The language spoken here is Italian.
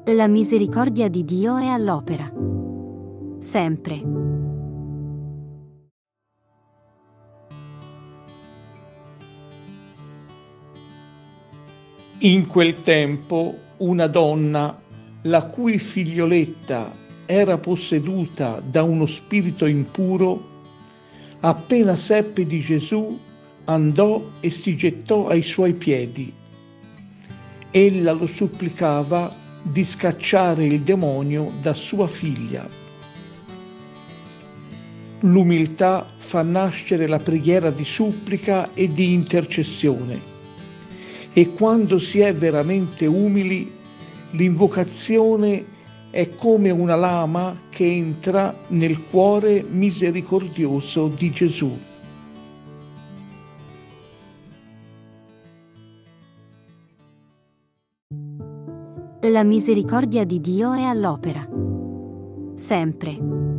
La misericordia di Dio è all'opera. Sempre. In quel tempo una donna, la cui figlioletta era posseduta da uno spirito impuro, appena seppe di Gesù, andò e si gettò ai suoi piedi. Ella lo supplicava di scacciare il demonio da sua figlia. L'umiltà fa nascere la preghiera di supplica e di intercessione, e quando si è veramente umili, l'invocazione è come una lama che entra nel cuore misericordioso di Gesù. La misericordia di Dio è all'opera. Sempre.